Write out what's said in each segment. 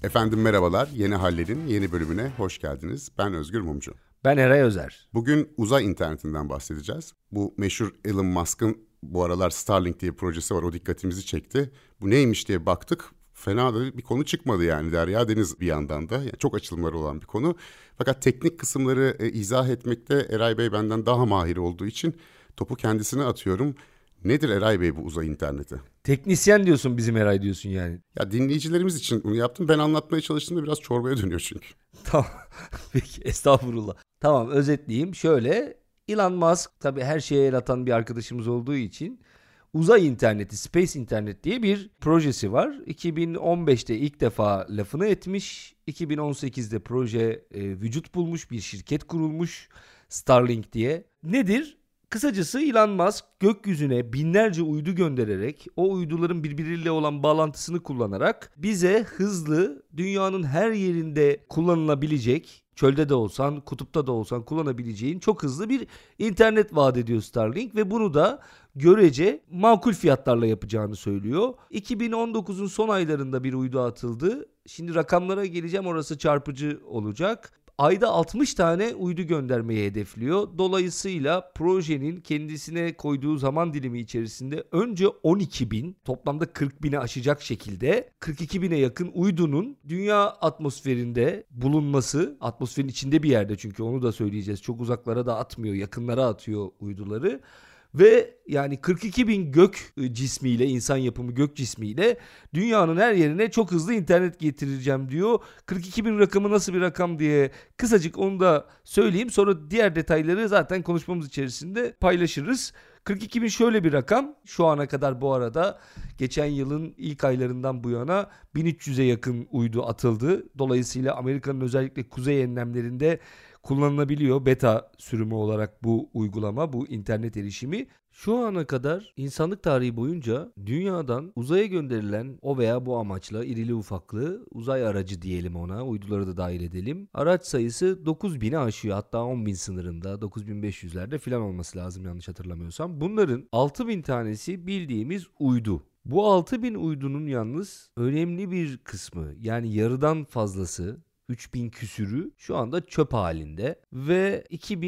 Efendim merhabalar, Yeni Haller'in yeni bölümüne hoş geldiniz. Ben Özgür Mumcu. Ben Eray Özer. Bugün uzay internetinden bahsedeceğiz. Bu meşhur Elon Musk'ın bu aralar Starlink diye bir projesi var, o dikkatimizi çekti. Bu neymiş diye baktık, fena da bir konu çıkmadı yani, derya deniz bir yandan da. Yani çok açılımları olan bir konu. Fakat teknik kısımları izah etmekte Eray Bey benden daha mahir olduğu için topu kendisine atıyorum. Nedir Eray Bey bu uzay interneti? Teknisyen diyorsun, bizim Eray diyorsun yani. Ya dinleyicilerimiz için bunu yaptım. Ben anlatmaya çalıştığımda biraz çorbaya dönüyor çünkü. Tamam. Peki, estağfurullah. Tamam, özetleyeyim. Şöyle, Elon Musk tabii her şeye el atan bir arkadaşımız olduğu için uzay interneti, Space internet diye bir projesi var. 2015'te ilk defa lafını etmiş. 2018'de proje vücut bulmuş, bir şirket kurulmuş, Starlink diye. Nedir? Kısacası Elon Musk gökyüzüne binlerce uydu göndererek, o uyduların birbiriyle olan bağlantısını kullanarak bize hızlı, dünyanın her yerinde kullanılabilecek, çölde de olsan, kutupta da olsan kullanabileceğin çok hızlı bir internet vaat ediyor Starlink ve bunu da görece makul fiyatlarla yapacağını söylüyor. 2019'un son aylarında bir uydu atıldı. Şimdi rakamlara geleceğim, orası çarpıcı olacak. Ayda 60 tane uydu göndermeyi hedefliyor. Dolayısıyla projenin kendisine koyduğu zaman dilimi içerisinde önce 12.000, toplamda 40.000'i aşacak şekilde 42.000'e yakın uydunun dünya atmosferinde bulunması, atmosferin içinde bir yerde, çünkü onu da söyleyeceğiz. Çok uzaklara da atmıyor, yakınlara atıyor uyduları. Ve yani 42.000 gök cismiyle, insan yapımı gök cismiyle dünyanın her yerine çok hızlı internet getireceğim diyor. 42.000 rakamı nasıl bir rakam diye kısacık onu da söyleyeyim. Sonra diğer detayları zaten konuşmamız içerisinde paylaşırız. 42.000 şöyle bir rakam. Şu ana kadar bu arada geçen yılın ilk aylarından bu yana 1300'e yakın uydu atıldı. Dolayısıyla Amerika'nın özellikle kuzey enlemlerinde kullanılabiliyor beta sürümü olarak bu uygulama, bu internet erişimi. Şu ana kadar insanlık tarihi boyunca dünyadan uzaya gönderilen o veya bu amaçla irili ufaklı uzay aracı diyelim ona, uyduları da dahil edelim, araç sayısı 9.000'i aşıyor, hatta 10.000 sınırında, 9.500'lerde falan olması lazım yanlış hatırlamıyorsam. Bunların 6.000 tanesi bildiğimiz uydu. Bu 6.000 uydunun yalnız önemli bir kısmı, yani yarıdan fazlası, 3000 küsürü şu anda çöp halinde ve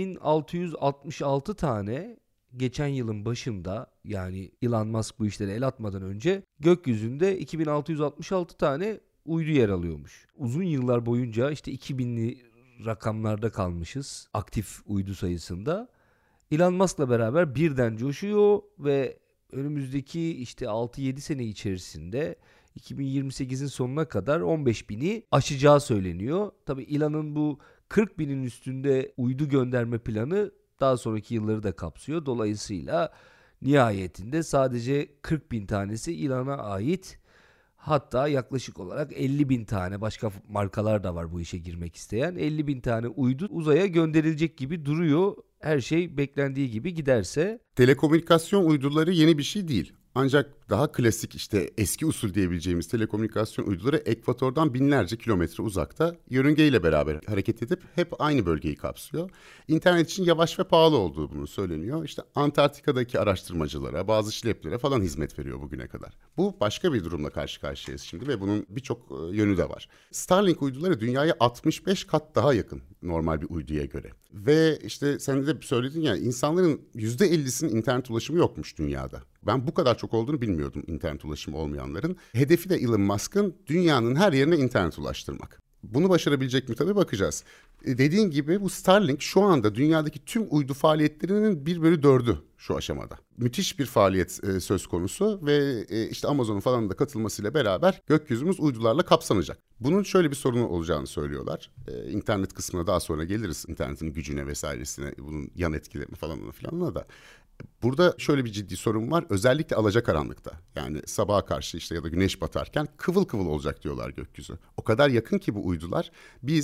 2666 tane geçen yılın başında, yani Elon Musk bu işlere el atmadan önce gökyüzünde 2666 tane uydu yer alıyormuş. Uzun yıllar boyunca işte 2000'li rakamlarda kalmışız aktif uydu sayısında. Elon Musk'la beraber birden coşuyor ve önümüzdeki işte 6-7 sene içerisinde 2028'in sonuna kadar 15.000'i aşacağı söyleniyor. Tabii Elon'un bu 40.000'in üstünde uydu gönderme planı daha sonraki yılları da kapsıyor. Dolayısıyla nihayetinde sadece 40.000 tanesi Elon'a ait. Hatta yaklaşık olarak 50.000 tane, başka markalar da var bu işe girmek isteyen, 50.000 tane uydu uzaya gönderilecek gibi duruyor. Her şey beklendiği gibi giderse. Telekomünikasyon uyduları yeni bir şey değil. Ancak daha klasik, işte eski usul diyebileceğimiz telekomünikasyon uyduları ekvatordan binlerce kilometre uzakta yörüngeyle beraber hareket edip hep aynı bölgeyi kapsıyor. İnternet için yavaş ve pahalı olduğu bunu söyleniyor. İşte Antarktika'daki araştırmacılara, bazı şileplere falan hizmet veriyor bugüne kadar. Bu başka bir durumla karşı karşıyayız şimdi ve bunun birçok yönü de var. Starlink uyduları dünyaya 65 kat daha yakın normal bir uyduya göre. Ve işte sen de söyledin ya, insanların %50'sinin internet ulaşımı yokmuş dünyada. Ben bu kadar çok olduğunu bilmiyordum internet ulaşımı olmayanların. Hedefi de Elon Musk'ın dünyanın her yerine internet ulaştırmak. Bunu başarabilecek mi tabii, bakacağız. Dediğin gibi bu Starlink şu anda dünyadaki tüm uydu faaliyetlerinin 1/4'ü şu aşamada. Müthiş bir faaliyet söz konusu ve işte Amazon'un falan da katılmasıyla beraber gökyüzümüz uydularla kapsanacak. Bunun şöyle bir sorunu olacağını söylüyorlar. İnternet kısmına daha sonra geliriz, internetin gücüne vesairesine, bunun yan etkilerini falan filanına da. Burada şöyle bir ciddi sorun var. Özellikle alacakaranlıkta, yani sabaha karşı işte ya da güneş batarken kıvıl kıvıl olacak diyorlar gökyüzü. O kadar yakın ki bu uydular, biz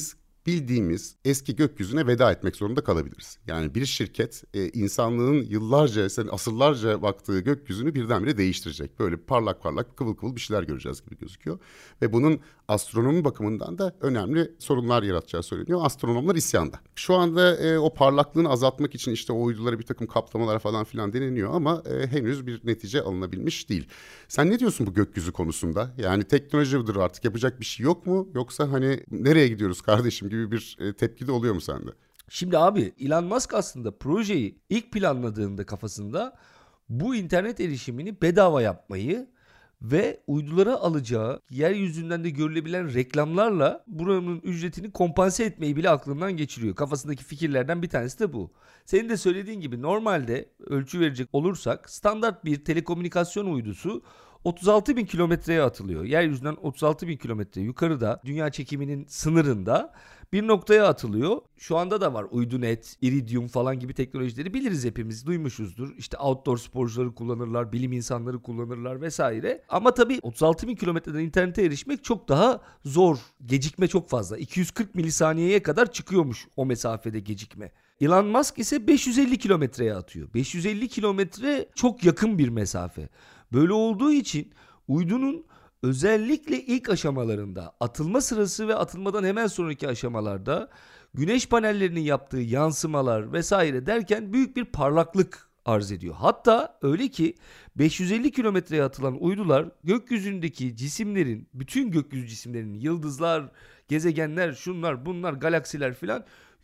bildiğimiz eski gökyüzüne veda etmek zorunda kalabiliriz. Yani bir şirket insanlığın yıllarca, asırlarca baktığı gökyüzünü birdenbire değiştirecek. Böyle parlak parlak, kıvıl kıvıl bir şeyler göreceğiz gibi gözüküyor. Ve bunun astronomi bakımından da önemli sorunlar yaratacağı söyleniyor. Astronomlar isyanda. Şu anda o parlaklığını azaltmak için işte o uydulara bir takım kaplamalar falan filan deneniyor ama henüz bir netice alınabilmiş değil. Sen ne diyorsun bu gökyüzü konusunda? Yani teknolojidir, artık yapacak bir şey yok mu? Yoksa hani nereye gidiyoruz kardeşim gibi bir tepki de oluyor mu sende? Şimdi abi Elon Musk aslında projeyi ilk planladığında kafasında bu internet erişimini bedava yapmayı ve uydulara alacağı yeryüzünden de görülebilen reklamlarla buranın ücretini kompanse etmeyi bile aklından geçiriyor. Kafasındaki fikirlerden bir tanesi de bu. Senin de söylediğin gibi normalde ölçü verecek olursak standart bir telekomünikasyon uydusu 36 bin kilometreye atılıyor. Yeryüzünden 36 bin kilometre yukarıda, dünya çekiminin sınırında bir noktaya atılıyor. Şu anda da var UyduNet, Iridium falan gibi teknolojileri biliriz, hepimiz duymuşuzdur. İşte outdoor sporcuları kullanırlar, bilim insanları kullanırlar vesaire. Ama tabii 36 bin kilometreden internete erişmek çok daha zor. Gecikme çok fazla. 240 milisaniyeye kadar çıkıyormuş o mesafede gecikme. Elon Musk ise 550 kilometreye atıyor. 550 kilometre çok yakın bir mesafe. Böyle olduğu için uydunun özellikle ilk aşamalarında, atılma sırası ve atılmadan hemen sonraki aşamalarda güneş panellerinin yaptığı yansımalar vesaire derken büyük bir parlaklık arz ediyor. Hatta öyle ki 550 kilometreye atılan uydular gökyüzündeki cisimlerin, bütün gökyüzü cisimlerinin, yıldızlar, gezegenler, şunlar, bunlar, galaksiler filan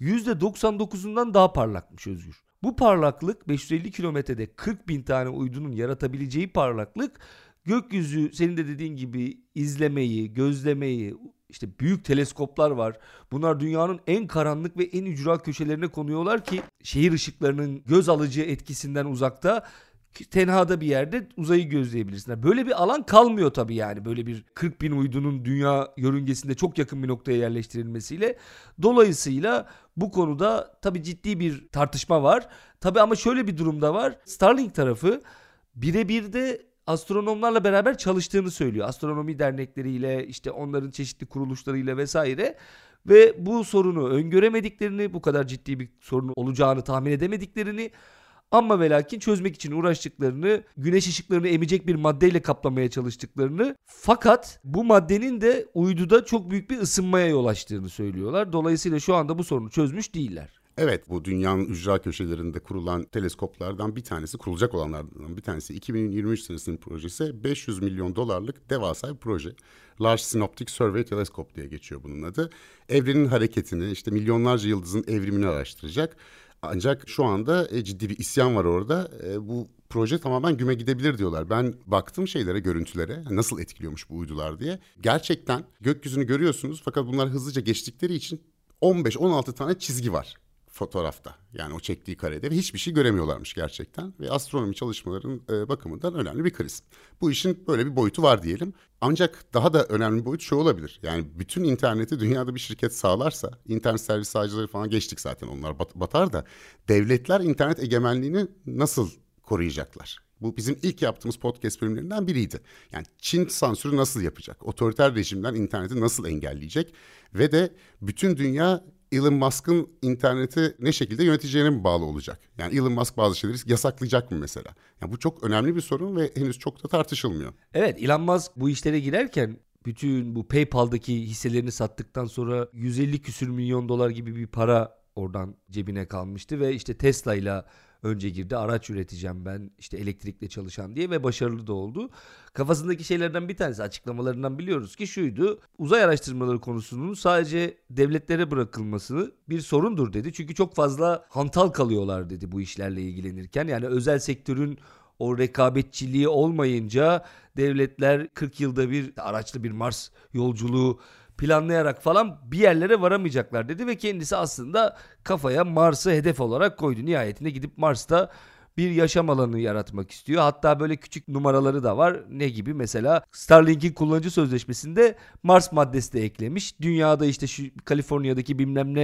%99'undan daha parlakmış Özgür. Bu parlaklık 550 kilometrede 40 bin tane uydunun yaratabileceği parlaklık gökyüzü, senin de dediğin gibi izlemeyi, gözlemeyi, işte büyük teleskoplar var. Bunlar dünyanın en karanlık ve en ücra köşelerine konuyorlar ki şehir ışıklarının göz alıcı etkisinden uzakta, tenhada bir yerde uzayı gözleyebilirsin. Böyle bir alan kalmıyor tabii yani. Böyle bir 40 bin uydunun dünya yörüngesinde çok yakın bir noktaya yerleştirilmesiyle. Dolayısıyla bu konuda tabii ciddi bir tartışma var. Tabii ama şöyle bir durumda var. Starlink tarafı birebir de astronomlarla beraber çalıştığını söylüyor. Astronomi dernekleriyle, işte onların çeşitli kuruluşlarıyla vesaire. Ve bu sorunu öngöremediklerini, bu kadar ciddi bir sorun olacağını tahmin edemediklerini, ama ve lakin çözmek için uğraştıklarını, güneş ışıklarını emecek bir maddeyle kaplamaya çalıştıklarını, fakat bu maddenin de uyduda çok büyük bir ısınmaya yol açtığını söylüyorlar. Dolayısıyla şu anda bu sorunu çözmüş değiller. Evet, bu dünyanın ücra köşelerinde kurulan teleskoplardan bir tanesi, kurulacak olanlardan bir tanesi 2023 senesinin projesi, 500 milyon dolarlık devasa bir proje. Large Synoptic Survey Telescope diye geçiyor bunun adı. Evrenin hareketini, işte milyonlarca yıldızın evrimini araştıracak. Ancak şu anda ciddi bir isyan var orada. Bu proje tamamen güme gidebilir diyorlar. Ben baktım şeylere, görüntülere, nasıl etkiliyormuş bu uydular diye. Gerçekten gökyüzünü görüyorsunuz fakat bunlar hızlıca geçtikleri için 15-16 tane çizgi var fotoğrafta. Yani o çektiği karede ve hiçbir şey göremiyorlarmış gerçekten. Ve astronomi çalışmalarının bakımından önemli bir kriz. Bu işin böyle bir boyutu var diyelim. Ancak daha da önemli bir boyut şu olabilir. Yani bütün interneti dünyada bir şirket sağlarsa, internet servis sağlayıcıları falan geçtik zaten, onlar batar da, devletler internet egemenliğini nasıl koruyacaklar? Bu bizim ilk yaptığımız podcast bölümlerinden biriydi. Yani Çin sansürü nasıl yapacak? Otoriter rejimler interneti nasıl engelleyecek? Ve de bütün dünya Elon Musk'ın interneti ne şekilde yöneteceğine mi bağlı olacak? Yani Elon Musk bazı şeyleri yasaklayacak mı mesela? Yani bu çok önemli bir sorun ve henüz çok da tartışılmıyor. Evet, Elon Musk bu işlere girerken bütün bu PayPal'daki hisselerini sattıktan sonra 150 küsür milyon dolar gibi bir para oradan cebine kalmıştı ve işte Tesla ile önce girdi. Araç üreteceğim ben, işte elektrikle çalışan diye, ve başarılı da oldu. Kafasındaki şeylerden bir tanesi, açıklamalarından biliyoruz ki şuydu: uzay araştırmaları konusunun sadece devletlere bırakılması bir sorundur dedi. Çünkü çok fazla hantal kalıyorlar dedi bu işlerle ilgilenirken. Yani özel sektörün o rekabetçiliği olmayınca devletler 40 yılda bir araçlı bir Mars yolculuğu planlayarak falan bir yerlere varamayacaklar dedi ve kendisi aslında kafaya Mars'ı hedef olarak koydu. Nihayetinde gidip Mars'ta bir yaşam alanı yaratmak istiyor. Hatta böyle küçük numaraları da var. Ne gibi? Mesela Starlink'in kullanıcı sözleşmesinde Mars maddesi de eklemiş. Dünyada işte şu Kaliforniya'daki bilmem ne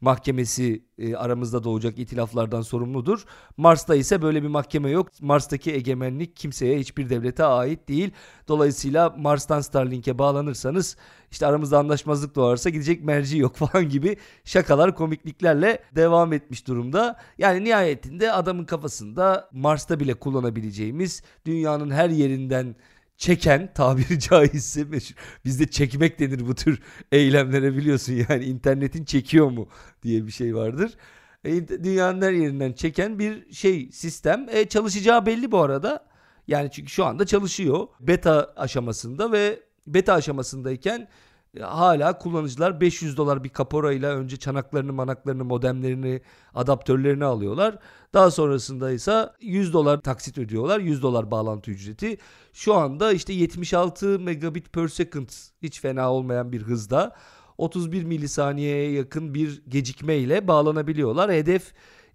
mahkemesi aramızda doğacak itilaflardan sorumludur. Mars'ta ise böyle bir mahkeme yok. Mars'taki egemenlik kimseye, hiçbir devlete ait değil. Dolayısıyla Mars'tan Starlink'e bağlanırsanız işte aramızda anlaşmazlık doğarsa gidecek merci yok falan gibi şakalar, komikliklerle devam etmiş durumda. Yani nihayetinde adamın kafasında Mars'ta bile kullanabileceğimiz, dünyanın her yerinden çeken, tabiri caizse bizde çekmek denir bu tür eylemlere, biliyorsun yani internetin çekiyor mu diye bir şey vardır. Dünyanın her yerinden çeken bir sistem. Çalışacağı belli bu arada. Yani çünkü şu anda çalışıyor. Beta aşamasında ve beta aşamasındayken hala kullanıcılar $500 bir kaporayla önce çanaklarını, manaklarını, modemlerini, adaptörlerini alıyorlar. Daha sonrasında ise $100 taksit ödüyorlar. $100 bağlantı ücreti. Şu anda işte 76 megabit per second, hiç fena olmayan bir hızda 31 milisaniyeye yakın bir gecikmeyle bağlanabiliyorlar. Hedef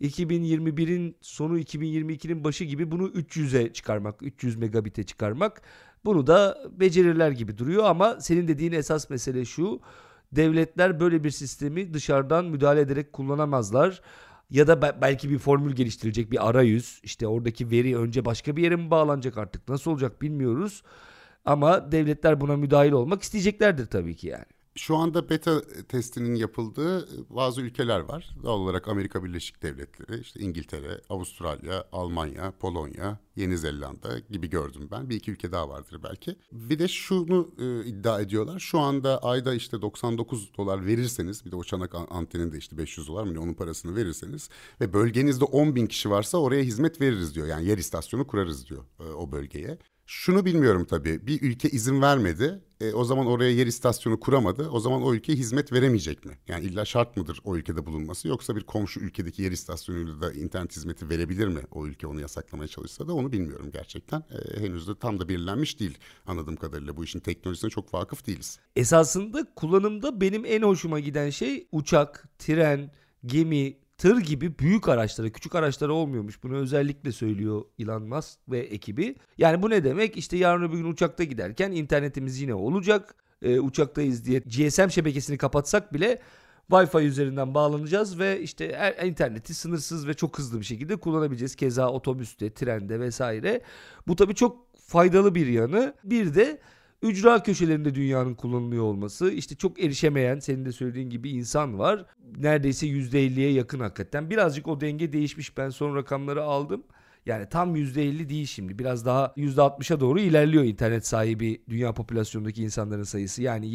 2021'in sonu, 2022'nin başı gibi bunu 300'e çıkarmak, 300 megabit'e çıkarmak. Bunu da becerirler gibi duruyor ama senin dediğin esas mesele şu: devletler böyle bir sistemi dışarıdan müdahale ederek kullanamazlar. Ya da belki bir formül geliştirecek, bir arayüz. İşte oradaki veri önce başka bir yere mi bağlanacak, artık nasıl olacak bilmiyoruz. Ama devletler buna müdahil olmak isteyeceklerdir tabii ki yani. Şu anda beta testinin yapıldığı bazı ülkeler var. Doğal olarak Amerika Birleşik Devletleri, işte İngiltere, Avustralya, Almanya, Polonya, Yeni Zelanda gibi gördüm ben. Bir iki ülke daha vardır belki. Bir de şunu iddia ediyorlar. Şu anda ayda işte $99 verirseniz, bir de o çanak antenin de işte $500 mı, onun parasını verirseniz ve bölgenizde 10.000 kişi varsa oraya hizmet veririz diyor. Yani yer istasyonu kurarız diyor o bölgeye. Şunu bilmiyorum tabii. Bir ülke izin vermedi. O zaman oraya yer istasyonu kuramadı. O zaman o ülke hizmet veremeyecek mi? Yani illa şart mıdır o ülkede bulunması? Yoksa bir komşu ülkedeki yer istasyonuyla da internet hizmeti verebilir mi? O ülke onu yasaklamaya çalışsa da, onu bilmiyorum gerçekten. Henüz de tam da belirlenmiş değil anladığım kadarıyla. Bu işin teknolojisine çok vakıf değiliz. Esasında kullanımda benim en hoşuma giden şey uçak, tren, gemi, tır gibi büyük araçlara, küçük araçlara olmuyormuş. Bunu özellikle söylüyor Elon Musk ve ekibi. Yani bu ne demek? İşte yarın öbür gün uçakta giderken internetimiz yine olacak. Uçaktayız diye GSM şebekesini kapatsak bile Wi-Fi üzerinden bağlanacağız ve işte interneti sınırsız ve çok hızlı bir şekilde kullanabileceğiz. Keza otobüste, trende vesaire. Bu tabii çok faydalı bir yanı. Bir de ücra köşelerinde dünyanın kullanılıyor olması. İşte çok erişemeyen, senin de söylediğin gibi insan var. Neredeyse %50'ye yakın hakikaten. Birazcık o denge değişmiş. Ben son rakamları aldım. Yani tam %50 değil şimdi. Biraz daha %60'a doğru ilerliyor internet sahibi dünya popülasyonundaki insanların sayısı. Yani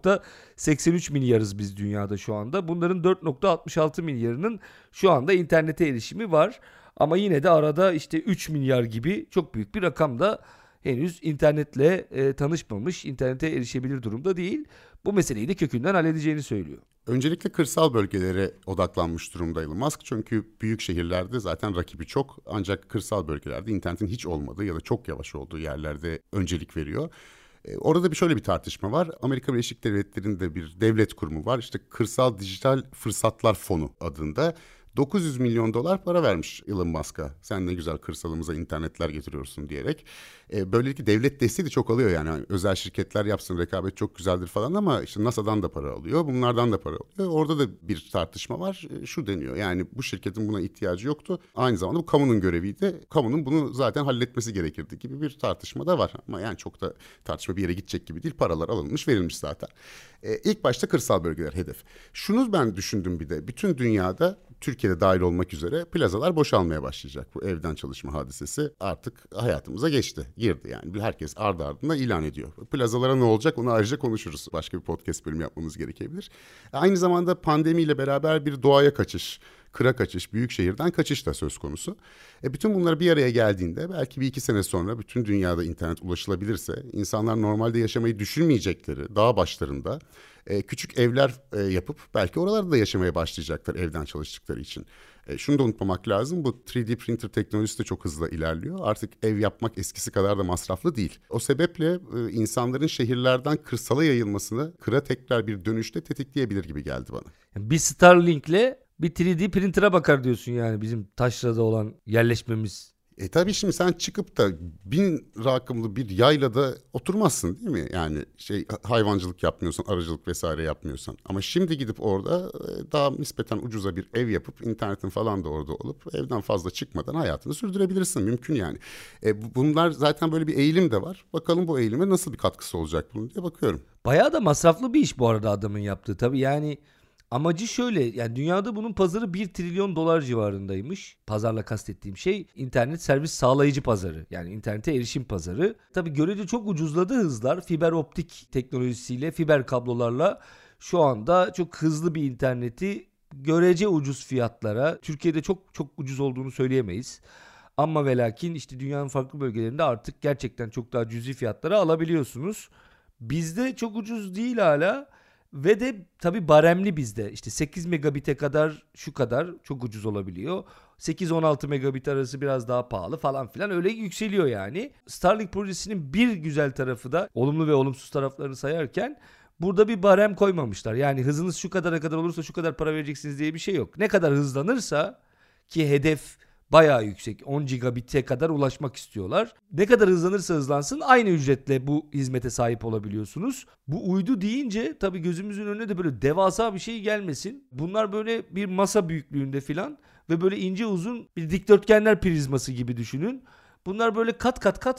7.83 milyarız biz dünyada şu anda. Bunların 4.66 milyarının şu anda internete erişimi var. Ama yine de arada işte 3 milyar gibi çok büyük bir rakam da henüz internetle tanışmamış, internete erişebilir durumda değil. Bu meseleyi de kökünden halledeceğini söylüyor. Öncelikle kırsal bölgelere odaklanmış durumda Elon Musk. Çünkü büyük şehirlerde zaten rakibi çok. Ancak kırsal bölgelerde internetin hiç olmadığı ya da çok yavaş olduğu yerlerde öncelik veriyor. Orada şöyle bir tartışma var. Amerika Birleşik Devletleri'nde bir devlet kurumu var. İşte Kırsal Dijital Fırsatlar Fonu adında. $900 milyon para vermiş Elon Musk'a. Sen ne güzel kırsalımıza internetler getiriyorsun diyerek. Böylelikle devlet desteği de çok alıyor yani. Özel şirketler yapsın, rekabet çok güzeldir falan ama işte NASA'dan da para alıyor. Bunlardan da para alıyor. Orada da bir tartışma var. Şu deniyor, yani bu şirketin buna ihtiyacı yoktu. Aynı zamanda bu kamunun göreviydi. Kamunun bunu zaten halletmesi gerekirdi gibi bir tartışma da var. Ama yani çok da tartışma bir yere gidecek gibi değil. Paralar alınmış, verilmiş zaten. İlk başta kırsal bölgeler hedef. Şunu ben düşündüm bir de. Bütün dünyada, Türkiye'de dahil olmak üzere plazalar boşalmaya başlayacak. Bu evden çalışma hadisesi artık hayatımıza girdi yani. Herkes ardı ardına ilan ediyor. Plazalara ne olacak, onu ayrıca konuşuruz. Başka bir podcast bölümü yapmamız gerekebilir. Aynı zamanda pandemiyle beraber bir doğaya kaçış, kıra kaçış, büyük şehirden kaçış da söz konusu. Bütün bunlar bir araya geldiğinde belki 1-2 sene sonra bütün dünyada internet ulaşılabilirse, insanlar normalde yaşamayı düşünmeyecekleri dağ başlarında küçük evler yapıp belki oralarda da yaşamaya başlayacaklar evden çalıştıkları için. Şunu da unutmamak lazım, bu 3D printer teknolojisi de çok hızlı ilerliyor. Artık ev yapmak eskisi kadar da masraflı değil. O sebeple insanların şehirlerden kırsala yayılmasını kıra tekrar bir dönüşte tetikleyebilir gibi geldi bana. Bir Starlink'le bir 3D printer'a bakar diyorsun yani bizim taşrada olan yerleşmemiz. Tabii şimdi sen çıkıp da 1000 rakımlı bir yaylada oturmazsın değil mi? Yani hayvancılık yapmıyorsan, arıcılık vesaire yapmıyorsan. Ama şimdi gidip orada daha nispeten ucuza bir ev yapıp internetin falan da orada olup evden fazla çıkmadan hayatını sürdürebilirsin. Mümkün yani. Bunlar zaten böyle bir eğilim de var. Bakalım bu eğilime nasıl bir katkısı olacak bunun diye bakıyorum. Bayağı da masraflı bir iş bu arada adamın yaptığı. Tabii yani amacı şöyle, yani dünyada bunun pazarı 1 trilyon dolar civarındaymış. Pazarla kastettiğim şey internet servis sağlayıcı pazarı. Yani internete erişim pazarı. Tabii görece çok ucuzladı hızlar. Fiber optik teknolojisiyle, fiber kablolarla şu anda çok hızlı bir interneti görece ucuz fiyatlara, Türkiye'de çok çok ucuz olduğunu söyleyemeyiz. Ama ve lakin işte dünyanın farklı bölgelerinde artık gerçekten çok daha cüzi fiyatlara alabiliyorsunuz. Bizde çok ucuz değil hala ve de tabii baremli bizde. İşte 8 megabit'e kadar şu kadar çok ucuz olabiliyor. 8-16 megabit arası biraz daha pahalı falan filan, öyle yükseliyor yani. Starlink projesinin bir güzel tarafı da, olumlu ve olumsuz taraflarını sayarken, burada bir barem koymamışlar. Yani hızınız şu kadara kadar olursa şu kadar para vereceksiniz diye bir şey yok. Ne kadar hızlanırsa, ki hedef bayağı yüksek, 10 gigabit'e kadar ulaşmak istiyorlar. Ne kadar hızlanırsa hızlansın aynı ücretle bu hizmete sahip olabiliyorsunuz. Bu uydu deyince tabii gözümüzün önüne de böyle devasa bir şey gelmesin. Bunlar böyle bir masa büyüklüğünde filan ve böyle ince uzun bir dikdörtgenler prizması gibi düşünün. Bunlar böyle kat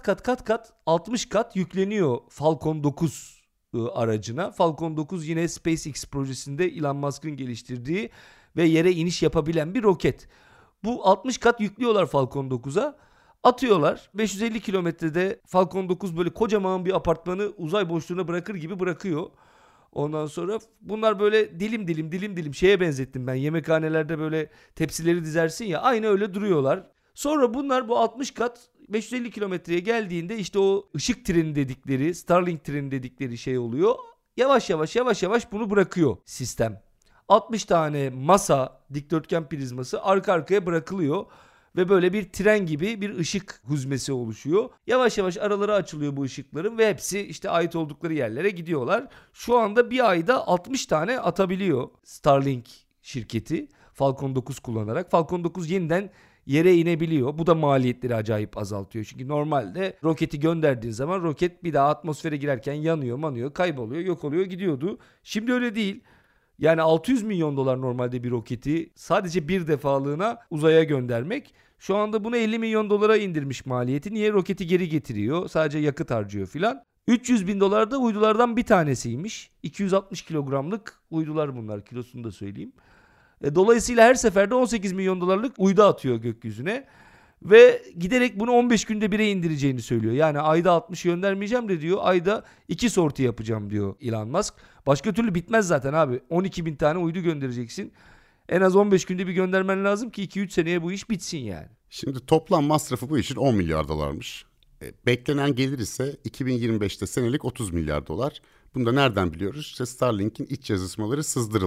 kat 60 kat yükleniyor Falcon 9 aracına. Falcon 9 yine SpaceX projesinde Elon Musk'ın geliştirdiği ve yere iniş yapabilen bir roket. Bu 60 kat yüklüyorlar Falcon 9'a. Atıyorlar. 550 kilometrede Falcon 9 böyle kocaman bir apartmanı uzay boşluğuna bırakır gibi bırakıyor. Ondan sonra bunlar böyle dilim dilim şeye benzettim ben. Yemekhanelerde böyle tepsileri dizersin ya, aynı öyle duruyorlar. Sonra bunlar bu 60 kat 550 kilometreye geldiğinde işte o ışık treni dedikleri, Starlink treni dedikleri şey oluyor. Yavaş yavaş bunu bırakıyor sistem. 60 tane masa, dikdörtgen prizması arka arkaya bırakılıyor ve böyle bir tren gibi bir ışık huzmesi oluşuyor. Yavaş yavaş araları açılıyor bu ışıkların ve hepsi işte ait oldukları yerlere gidiyorlar. Şu anda bir ayda 60 tane atabiliyor Starlink şirketi Falcon 9 kullanarak. Falcon 9 yeniden yere inebiliyor. Bu da maliyetleri acayip azaltıyor. Çünkü normalde roketi gönderdiğin zaman roket bir daha atmosfere girerken yanıyor, kayboluyor, yok oluyor, gidiyordu. Şimdi öyle değil. Yani 600 milyon dolar normalde bir roketi sadece bir defalığına uzaya göndermek. Şu anda bunu 50 milyon dolara indirmiş maliyeti. Niye? Roketi geri getiriyor. Sadece yakıt harcıyor filan. 300 bin dolar da uydulardan bir tanesiymiş. 260 kilogramlık uydular bunlar. Kilosunu da söyleyeyim. Dolayısıyla her seferde 18 milyon dolarlık uydu atıyor gökyüzüne. Ve giderek bunu 15 günde bire indireceğini söylüyor. Yani ayda 60 göndermeyeceğim de diyor. Ayda 2 sorti yapacağım diyor Elon Musk. Başka türlü bitmez zaten abi. 12 bin tane uydu göndereceksin. En az 15 günde bir göndermen lazım ki 2-3 seneye bu iş bitsin yani. Şimdi toplam masrafı bu işin 10 milyar dolarmış. Beklenen gelir ise 2025'te senelik 30 milyar dolar. Bunu da nereden biliyoruz? İşte Starlink'in iç yazışmaları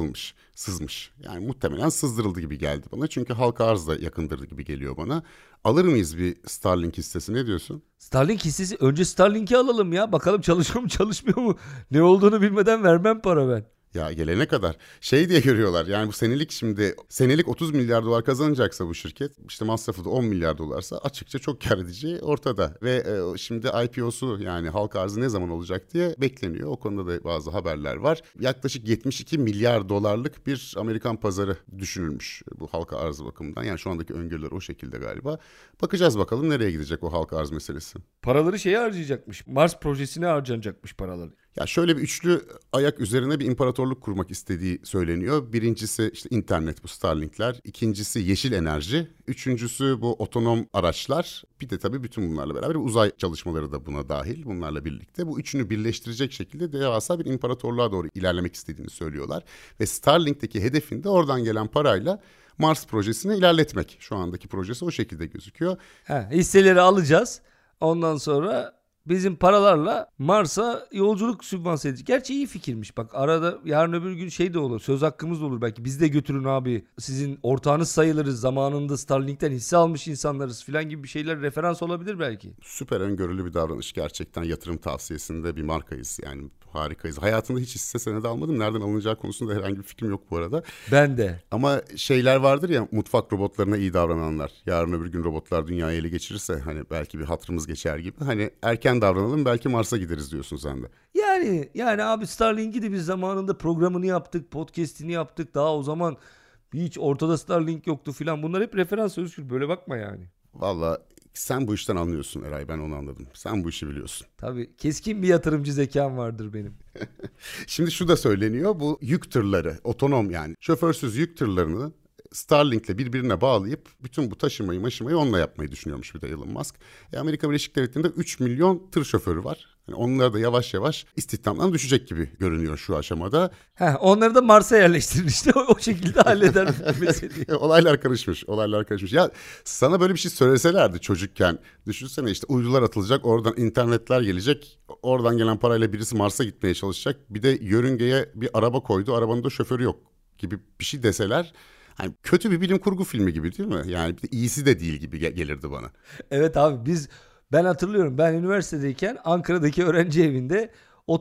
sızmış. Yani muhtemelen sızdırıldı gibi geldi bana. Çünkü halka arzla yakındırdı gibi geliyor bana. Alır mıyız bir Starlink hissesi, ne diyorsun? Starlink hissesi, önce Starlink'i alalım ya. Bakalım çalışıyor mu çalışmıyor mu? Ne olduğunu bilmeden vermem para ben. Ya gelene kadar diye görüyorlar, yani bu senelik 30 milyar dolar kazanacaksa bu şirket, işte masrafı da 10 milyar dolarsa açıkça çok kar edeceği ortada. Ve şimdi IPO'su, yani halka arzı ne zaman olacak diye bekleniyor. O konuda da bazı haberler var. Yaklaşık 72 milyar dolarlık bir Amerikan pazarı düşünülmüş bu halka arzı bakımından. Yani şu andaki öngörüler o şekilde galiba. Bakacağız bakalım nereye gidecek o halka arz meselesi. Paraları şeye harcayacakmış. Mars projesine harcanacakmış paraları. Ya şöyle bir üçlü ayak üzerine bir imparatorluk kurmak istediği söyleniyor. Birincisi işte internet, bu Starlink'ler. İkincisi yeşil enerji. Üçüncüsü bu otonom araçlar. Bir de tabii bütün bunlarla beraber uzay çalışmaları da buna dahil. Bunlarla birlikte bu üçünü birleştirecek şekilde devasa bir imparatorluğa doğru ilerlemek istediğini söylüyorlar. Ve Starlink'teki hedefinde oradan gelen parayla Mars projesini ilerletmek. Şu andaki projesi o şekilde gözüküyor. Hisseleri alacağız. Ondan sonra bizim paralarla Mars'a yolculuk sübvanse edecek. Gerçi iyi fikirmiş. Bak arada yarın öbür gün şey de olur. Söz hakkımız da olur belki. Biz de götürün abi. Sizin ortağınız sayılırız. Zamanında Starlink'ten hisse almış insanlarız falan gibi bir şeyler referans olabilir belki. Süper öngörülü bir davranış. Gerçekten yatırım tavsiyesinde bir markayız. Yani harikayız. Hayatımda hiç hisse senedi almadım. Nereden alınacağı konusunda herhangi bir fikrim yok bu arada. Ben de. Ama şeyler vardır ya, mutfak robotlarına iyi davrananlar. Yarın öbür gün robotlar dünyayı ele geçirirse hani belki bir hatırımız geçer gibi. Hani erken davranalım, belki Mars'a gideriz diyorsun sen de. Yani abi Starlink'i de biz zamanında programını yaptık, podcast'ini yaptık. Daha o zaman hiç ortada Starlink yoktu filan. Bunlar hep referans Özgür. Böyle bakma yani. Valla sen bu işten anlıyorsun Eray, ben onu anladım. Sen bu işi biliyorsun. Tabii keskin bir yatırımcı zekam vardır benim. Şimdi şu da söyleniyor, bu yük tırları, otonom yani şoförsüz yük tırlarını Starlink'le birbirine bağlayıp bütün bu taşımayı onunla yapmayı düşünüyormuş bir de Elon Musk. Amerika Birleşik Devletleri'nde 3 milyon tır şoförü var. Yani onlar da yavaş yavaş istihdamdan düşecek gibi görünüyor şu aşamada. Onları da Mars'a yerleştirir işte o şekilde halleder meseleyi. Olaylar karışmış. Ya sana böyle bir şey söyleselerdi çocukken, düşünsene işte uydular atılacak, oradan internetler gelecek, oradan gelen parayla birisi Mars'a gitmeye çalışacak. Bir de yörüngeye bir araba koydu, arabanın da şoförü yok gibi bir şey deseler. Hani kötü bir bilim kurgu filmi gibi değil mi? Yani bir de iyisi de değil gibi gelirdi bana. Evet abi ben hatırlıyorum, ben üniversitedeyken Ankara'daki öğrenci evinde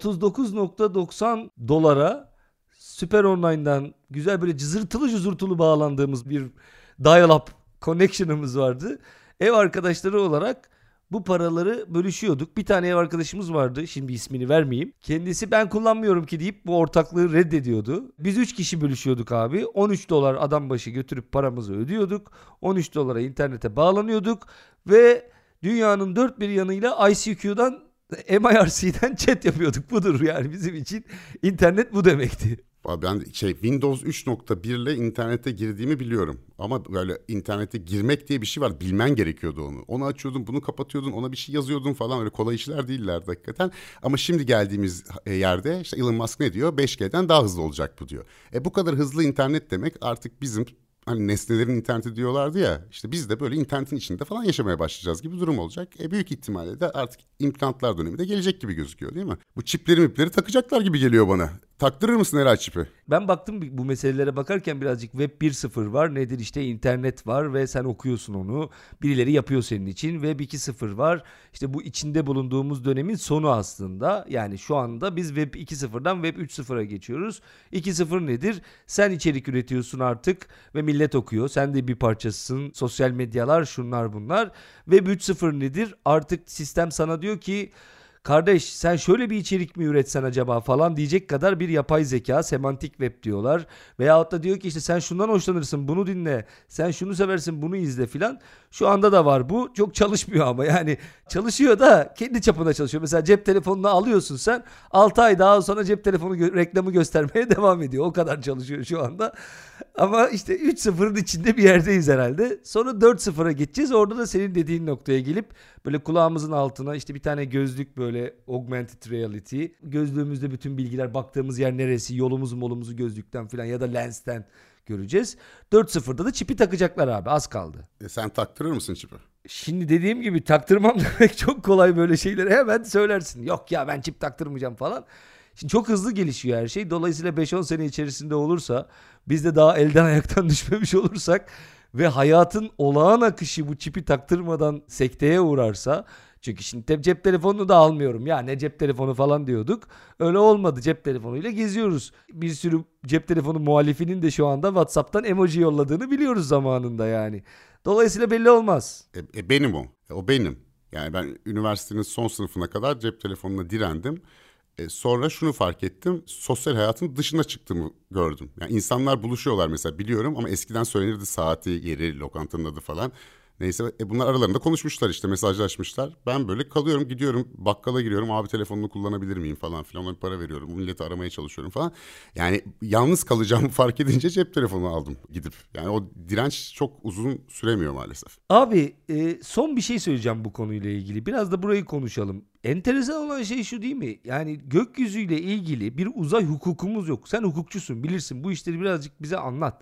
39.90 dolara Süper Online'dan güzel böyle cızırtılı bağlandığımız bir dial-up connection'ımız vardı. Ev arkadaşları olarak bu paraları bölüşüyorduk. Bir tane ev arkadaşımız vardı. Şimdi ismini vermeyeyim. Kendisi ben kullanmıyorum ki deyip bu ortaklığı reddediyordu. Biz 3 kişi bölüşüyorduk abi. 13 dolar adam başı götürüp paramızı ödüyorduk. 13 dolara internete bağlanıyorduk. Ve dünyanın dört bir yanıyla ICQ'dan MIRC'den chat yapıyorduk. Budur yani bizim için internet bu demekti. Ben Windows 3.1 ile internete girdiğimi biliyorum. Ama böyle internete girmek diye bir şey var. Bilmen gerekiyordu onu. Onu açıyordun, bunu kapatıyordun, ona bir şey yazıyordun falan. Öyle kolay işler değillerdi hakikaten. Ama şimdi geldiğimiz yerde işte Elon Musk ne diyor? 5G'den daha hızlı olacak bu diyor. Bu kadar hızlı internet demek artık bizim hani nesnelerin interneti diyorlardı ya, işte biz de böyle internetin içinde falan yaşamaya başlayacağız gibi durum olacak. Büyük ihtimalle de artık implantlar dönemi de gelecek gibi gözüküyor değil mi? Bu çipleri takacaklar gibi geliyor bana. Taktırır mısın Eray çipi? Ben baktım bu meselelere bakarken birazcık Web 1.0 var. Nedir işte internet var ve sen okuyorsun onu. Birileri yapıyor senin için. Web 2.0 var. İşte bu içinde bulunduğumuz dönemin sonu aslında. Yani şu anda biz Web 2.0'dan Web 3.0'a geçiyoruz. 2.0 nedir? Sen içerik üretiyorsun artık ve millet okuyor. Sen de bir parçasısın. Sosyal medyalar, şunlar bunlar. Web 3.0 nedir? Artık sistem sana diyor ki kardeş sen şöyle bir içerik mi üretsen acaba falan diyecek kadar bir yapay zeka, semantik web diyorlar. Veyahut da diyor ki işte sen şundan hoşlanırsın, bunu dinle, sen şunu seversin, bunu izle filan. Şu anda da var bu. Çok çalışmıyor ama yani çalışıyor da kendi çapında çalışıyor. Mesela cep telefonunu alıyorsun sen, 6 ay daha sonra cep telefonu reklamı göstermeye devam ediyor. O kadar çalışıyor şu anda. Ama işte 3.0'ın içinde bir yerdeyiz herhalde. Sonra 4.0'a geçeceğiz. Orada da senin dediğin noktaya gelip böyle kulağımızın altına işte bir tane gözlük, böyle augmented reality. Gözlüğümüzde bütün bilgiler, baktığımız yer neresi, yolumuzu gözlükten falan ya da lensten göreceğiz. 4.0'da da çipi takacaklar abi, az kaldı. Sen taktırır mısın çipi? Şimdi dediğim gibi taktırmam demek çok kolay, böyle şeyleri hemen söylersin. Yok ya ben çip taktırmayacağım falan. Şimdi çok hızlı gelişiyor her şey. Dolayısıyla 5-10 sene içerisinde olursa, biz de daha elden ayaktan düşmemiş olursak ve hayatın olağan akışı bu çipi taktırmadan sekteye uğrarsa, çünkü şimdi cep telefonunu da almıyorum ya, ne cep telefonu falan diyorduk. Öyle olmadı, cep telefonuyla geziyoruz. Bir sürü cep telefonu muhalifinin de şu anda WhatsApp'tan emoji yolladığını biliyoruz zamanında yani. Dolayısıyla belli olmaz. Benim o. O benim. Yani ben üniversitenin son sınıfına kadar cep telefonuna direndim. Sonra şunu fark ettim. Sosyal hayatın dışına çıktığımı gördüm. Yani insanlar buluşuyorlar mesela, biliyorum ama eskiden söylenirdi saati, yeri, lokantanın adı falan. Neyse bunlar aralarında konuşmuşlar, işte mesajlaşmışlar. Ben böyle kalıyorum, gidiyorum bakkala giriyorum, abi telefonunu kullanabilir miyim falan filan, ona bir para veriyorum, milleti aramaya çalışıyorum falan. Yani yalnız kalacağımı fark edince cep telefonu aldım gidip. Yani o direnç çok uzun süremiyor maalesef. Abi son bir şey söyleyeceğim bu konuyla ilgili. Biraz da burayı konuşalım. Enteresan olan şey şu değil mi? Yani gökyüzüyle ilgili bir uzay hukukumuz yok. Sen hukukçusun, bilirsin. Bu işleri birazcık bize anlat.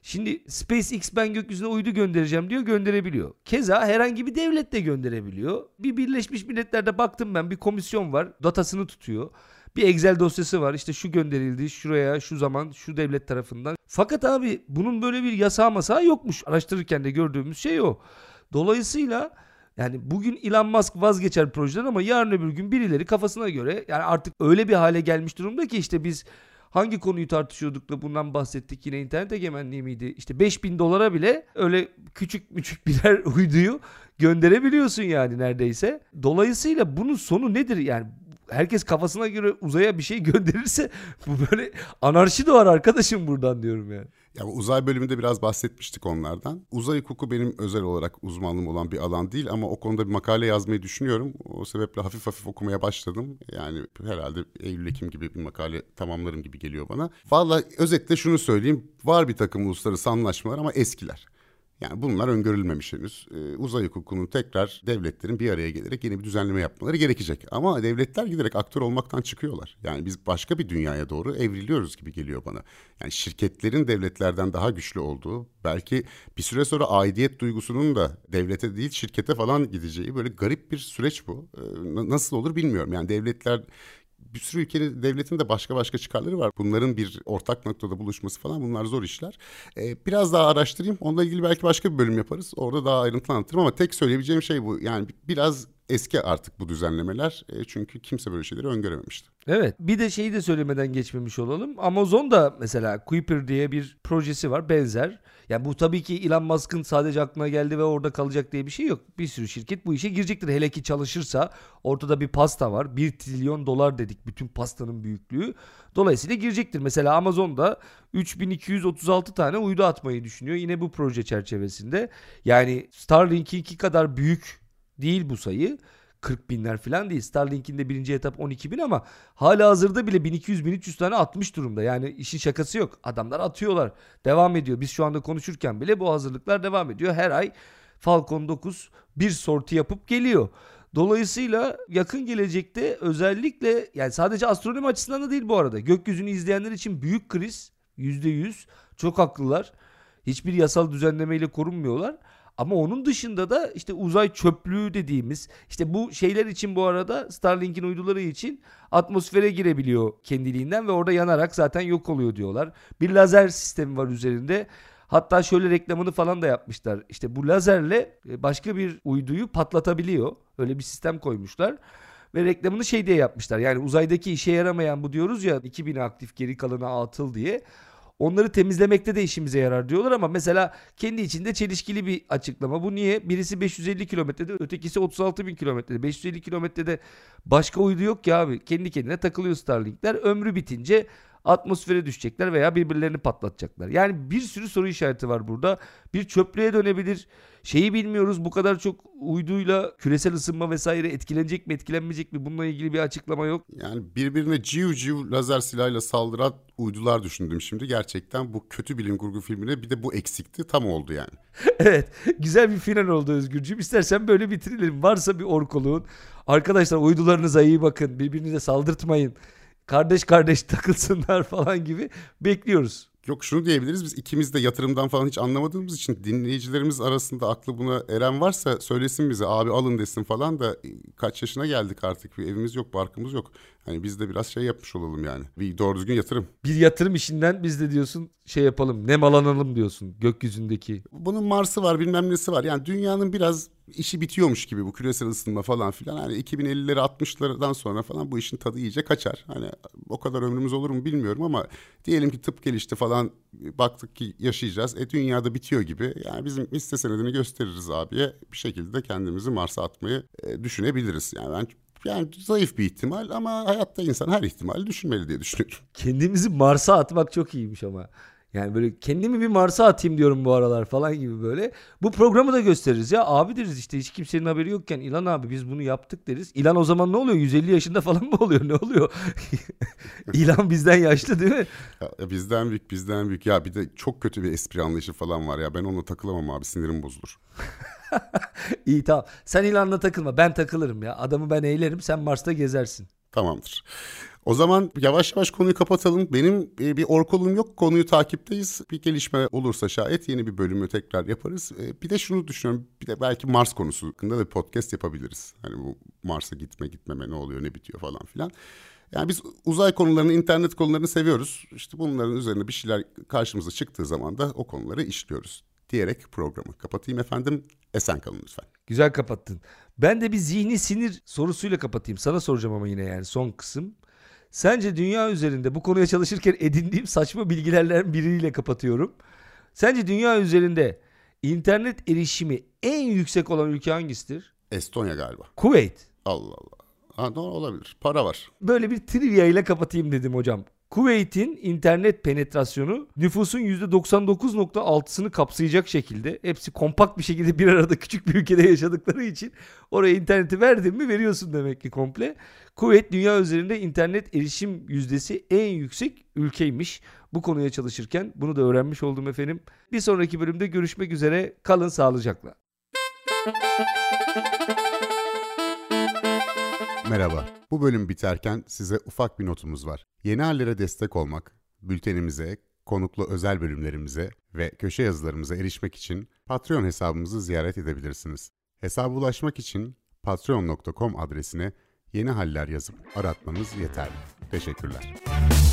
Şimdi SpaceX ben gökyüzüne uydu göndereceğim diyor, gönderebiliyor. Keza herhangi bir devlet de gönderebiliyor. Bir Birleşmiş Milletler'de baktım ben, bir komisyon var, datasını tutuyor. Bir Excel dosyası var, işte şu gönderildi şuraya, şu zaman, şu devlet tarafından. Fakat abi bunun böyle bir yasağı masağı yokmuş. Araştırırken de gördüğümüz şey o. Dolayısıyla yani bugün Elon Musk vazgeçer projeden ama yarın öbür gün birileri kafasına göre, yani artık öyle bir hale gelmiş durumda ki işte biz hangi konuyu tartışıyorduk da bundan bahsettik, yine internet egemenliği miydi? İşte $5.000 bile öyle küçük birer uyduyu gönderebiliyorsun yani neredeyse. Dolayısıyla bunun sonu nedir yani? Herkes kafasına göre uzaya bir şey gönderirse bu böyle anarşi doğar arkadaşım buradan diyorum yani. Ya bu uzay bölümünde biraz bahsetmiştik onlardan. Uzay hukuku benim özel olarak uzmanlığım olan bir alan değil ama o konuda bir makale yazmayı düşünüyorum. O sebeple hafif okumaya başladım. Yani herhalde Eylül-Ekim gibi bir makale tamamlarım gibi geliyor bana. Vallahi özetle şunu söyleyeyim. Var bir takım uluslararası anlaşmalar ama eskiler. Yani bunlar öngörülmemiş henüz. Uzay hukukunun tekrar devletlerin bir araya gelerek yeni bir düzenleme yapmaları gerekecek. Ama devletler giderek aktör olmaktan çıkıyorlar. Yani biz başka bir dünyaya doğru evriliyoruz gibi geliyor bana. Yani şirketlerin devletlerden daha güçlü olduğu, belki bir süre sonra aidiyet duygusunun da devlete değil şirkete falan gideceği böyle garip bir süreç bu. Nasıl olur bilmiyorum. Yani devletler... Bir sürü ülkenin, devletin de başka çıkarları var. Bunların bir ortak noktada buluşması falan, bunlar zor işler. Biraz daha araştırayım. Onunla ilgili belki başka bir bölüm yaparız. Orada daha ayrıntılı anlatırım ama tek söyleyebileceğim şey bu. Yani biraz eski artık bu düzenlemeler. Çünkü kimse böyle şeyleri öngörememişti. Evet, bir de şeyi de söylemeden geçmemiş olalım. Amazon da mesela Kuiper diye bir projesi var, benzer. Yani bu tabii ki Elon Musk'ın sadece aklına geldi ve orada kalacak diye bir şey yok. Bir sürü şirket bu işe girecektir. Hele ki çalışırsa, ortada bir pasta var. $1 trilyon dedik bütün pastanın büyüklüğü. Dolayısıyla girecektir. Mesela Amazon da 3236 tane uydu atmayı düşünüyor. Yine bu proje çerçevesinde. Yani Starlink'inki kadar büyük değil bu sayı. 40 binler falan değil. Starlink'in de birinci etap 12 bin ama hala hazırda bile 1200-1300 tane atmış durumda. Yani işin şakası yok. Adamlar atıyorlar. Devam ediyor. Biz şu anda konuşurken bile bu hazırlıklar devam ediyor. Her ay Falcon 9 bir sorti yapıp geliyor. Dolayısıyla yakın gelecekte özellikle, yani sadece astronomi açısından da değil bu arada, gökyüzünü izleyenler için büyük kriz. %100 çok haklılar. Hiçbir yasal düzenlemeyle korunmuyorlar. Ama onun dışında da işte uzay çöplüğü dediğimiz, işte bu şeyler için bu arada Starlink'in uyduları için atmosfere girebiliyor kendiliğinden ve orada yanarak zaten yok oluyor diyorlar. Bir lazer sistemi var üzerinde. Hatta şöyle reklamını falan da yapmışlar. İşte bu lazerle başka bir uyduyu patlatabiliyor. Öyle bir sistem koymuşlar. Ve reklamını şey diye yapmışlar. Yani uzaydaki işe yaramayan bu diyoruz ya, 2000 aktif geri kalanı atıl diye. Onları temizlemekte de işimize yarar diyorlar ama mesela kendi içinde çelişkili bir açıklama. Bu niye? Birisi 550 kilometrede, ötekisi 36 bin kilometrede. 550 kilometrede başka uydu yok ki abi. Kendi kendine takılıyor Starlink'ler. Ömrü bitince atmosfere düşecekler veya birbirlerini patlatacaklar. Yani bir sürü soru işareti var burada. Bir çöplüğe dönebilir. Şeyi bilmiyoruz, bu kadar çok uyduyla küresel ısınma vesaire etkilenecek mi etkilenmeyecek mi, bununla ilgili bir açıklama yok. Yani birbirine ciu lazer silahıyla saldıran uydular düşündüm şimdi. Gerçekten bu kötü bilim kurgu filmine bir de bu eksikti, tam oldu yani. Evet, güzel bir final oldu Özgürcüğüm. İstersen böyle bitirelim. Varsa bir orkoluğun. Arkadaşlar uydularınıza iyi bakın. Birbirinize saldırtmayın. Kardeş takılsınlar falan gibi bekliyoruz. Yok, şunu diyebiliriz, biz ikimiz de yatırımdan falan hiç anlamadığımız için dinleyicilerimiz arasında aklı buna eren varsa söylesin bize, abi alın desin falan da, kaç yaşına geldik artık, bir evimiz yok, barkımız yok. Hani biz de biraz şey yapmış olalım yani, bir doğru düzgün yatırım. Bir yatırım işinden biz de diyorsun şey yapalım, nemalanalım diyorsun gökyüzündeki. Bunun Mars'ı var, bilmem nesi var, yani dünyanın biraz işi bitiyormuş gibi bu küresel ısınma falan filan. Hani 2050'leri 60'lardan sonra falan bu işin tadı iyice kaçar. Hani o kadar ömrümüz olur mu bilmiyorum ama diyelim ki tıp gelişti falan, baktık ki yaşayacağız. Dünyada bitiyor gibi. Yani bizim hisse senedini gösteririz abiye, bir şekilde kendimizi Mars'a atmayı düşünebiliriz. Yani zayıf bir ihtimal ama hayatta insan her ihtimali düşünmeli diye düşünüyorum. Kendimizi Mars'a atmak çok iyiymiş ama. Yani böyle kendimi bir Mars'a atayım diyorum bu aralar falan gibi böyle. Bu programı da gösteririz ya. Abi deriz işte, hiç kimsenin haberi yokken İlhan abi biz bunu yaptık deriz. İlhan o zaman ne oluyor? 150 yaşında falan mı oluyor? Ne oluyor? İlhan bizden yaşlı değil mi? Ya bizden büyük. Ya bir de çok kötü bir espri anlayışı falan var ya. Ben onunla takılamam abi, sinirim bozulur. İyi tamam. Sen İlhan'la takılma. Ben takılırım ya. Adamı ben eğlerim. Sen Mars'ta gezersin. Tamamdır. O zaman yavaş yavaş konuyu kapatalım. Benim bir orkolum yok. Konuyu takipteyiz. Bir gelişme olursa şayet yeni bir bölümü tekrar yaparız. Bir de şunu düşünüyorum. Bir de belki Mars konusu hakkında da bir podcast yapabiliriz. Hani bu Mars'a gitmeme ne oluyor ne bitiyor falan filan. Yani biz uzay konularını, internet konularını seviyoruz. İşte bunların üzerine bir şeyler karşımıza çıktığı zaman da o konuları işliyoruz diyerek programı kapatayım efendim. Esen kalın lütfen. Güzel kapattın. Ben de bir zihni sinir sorusuyla kapatayım. Sana soracağım ama yine yani son kısım. Sence dünya üzerinde bu konuya çalışırken edindiğim saçma bilgilerden biriyle kapatıyorum. Sence dünya üzerinde internet erişimi en yüksek olan ülke hangisidir? Estonya galiba. Kuveyt. Allah Allah. Ha, doğru olabilir. Para var. Böyle bir trivia ile kapatayım dedim hocam. Kuveyt'in internet penetrasyonu nüfusun %99.6'sını kapsayacak şekilde, hepsi kompakt bir şekilde bir arada küçük bir ülkede yaşadıkları için oraya interneti verdin mi veriyorsun demek ki komple. Kuveyt dünya üzerinde internet erişim yüzdesi en yüksek ülkeymiş. Bu konuya çalışırken bunu da öğrenmiş oldum efendim. Bir sonraki bölümde görüşmek üzere. Kalın sağlıcakla. Merhaba. Bu bölüm biterken size ufak bir notumuz var. Yeni hallere destek olmak, bültenimize, konuklu özel bölümlerimize ve köşe yazılarımıza erişmek için Patreon hesabımızı ziyaret edebilirsiniz. Hesaba ulaşmak için patreon.com adresine Yeni Haller yazıp aratmanız yeterli. Teşekkürler.